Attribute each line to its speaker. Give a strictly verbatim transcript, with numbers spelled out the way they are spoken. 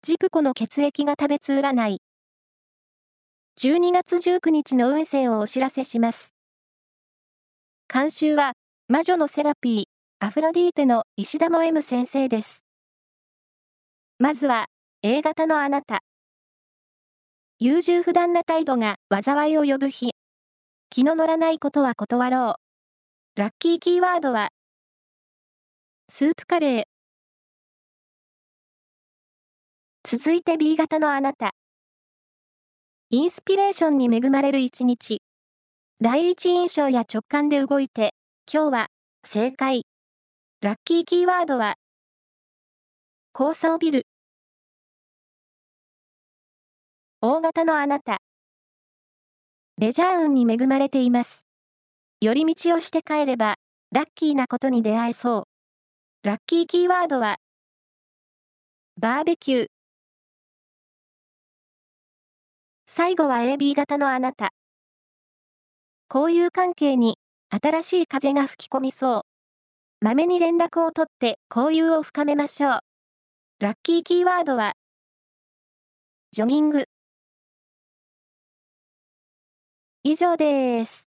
Speaker 1: ジプコの血液が食べつ占い。じゅうにがつじゅうくにちの運勢をお知らせします。監修は、魔女のセラピー、アフロディーテの石田も M 先生です。まずは、A 型のあなた。優柔不断な態度が災いを呼ぶ日。気の乗らないことは断ろう。ラッキーキーワードは、スープカレー。続いて B 型のあなた。インスピレーションに恵まれる一日。第一印象や直感で動いて、今日は、正解。ラッキーキーワードは、高層ビル。大型のあなた。レジャー運に恵まれています。寄り道をして帰れば、ラッキーなことに出会えそう。ラッキーキーワードは、バーベキュー。最後は エービー 型のあなた。交友関係に新しい風が吹き込みそう。まめに連絡を取って交友を深めましょう。ラッキーキーワードは、ジョギング。以上です。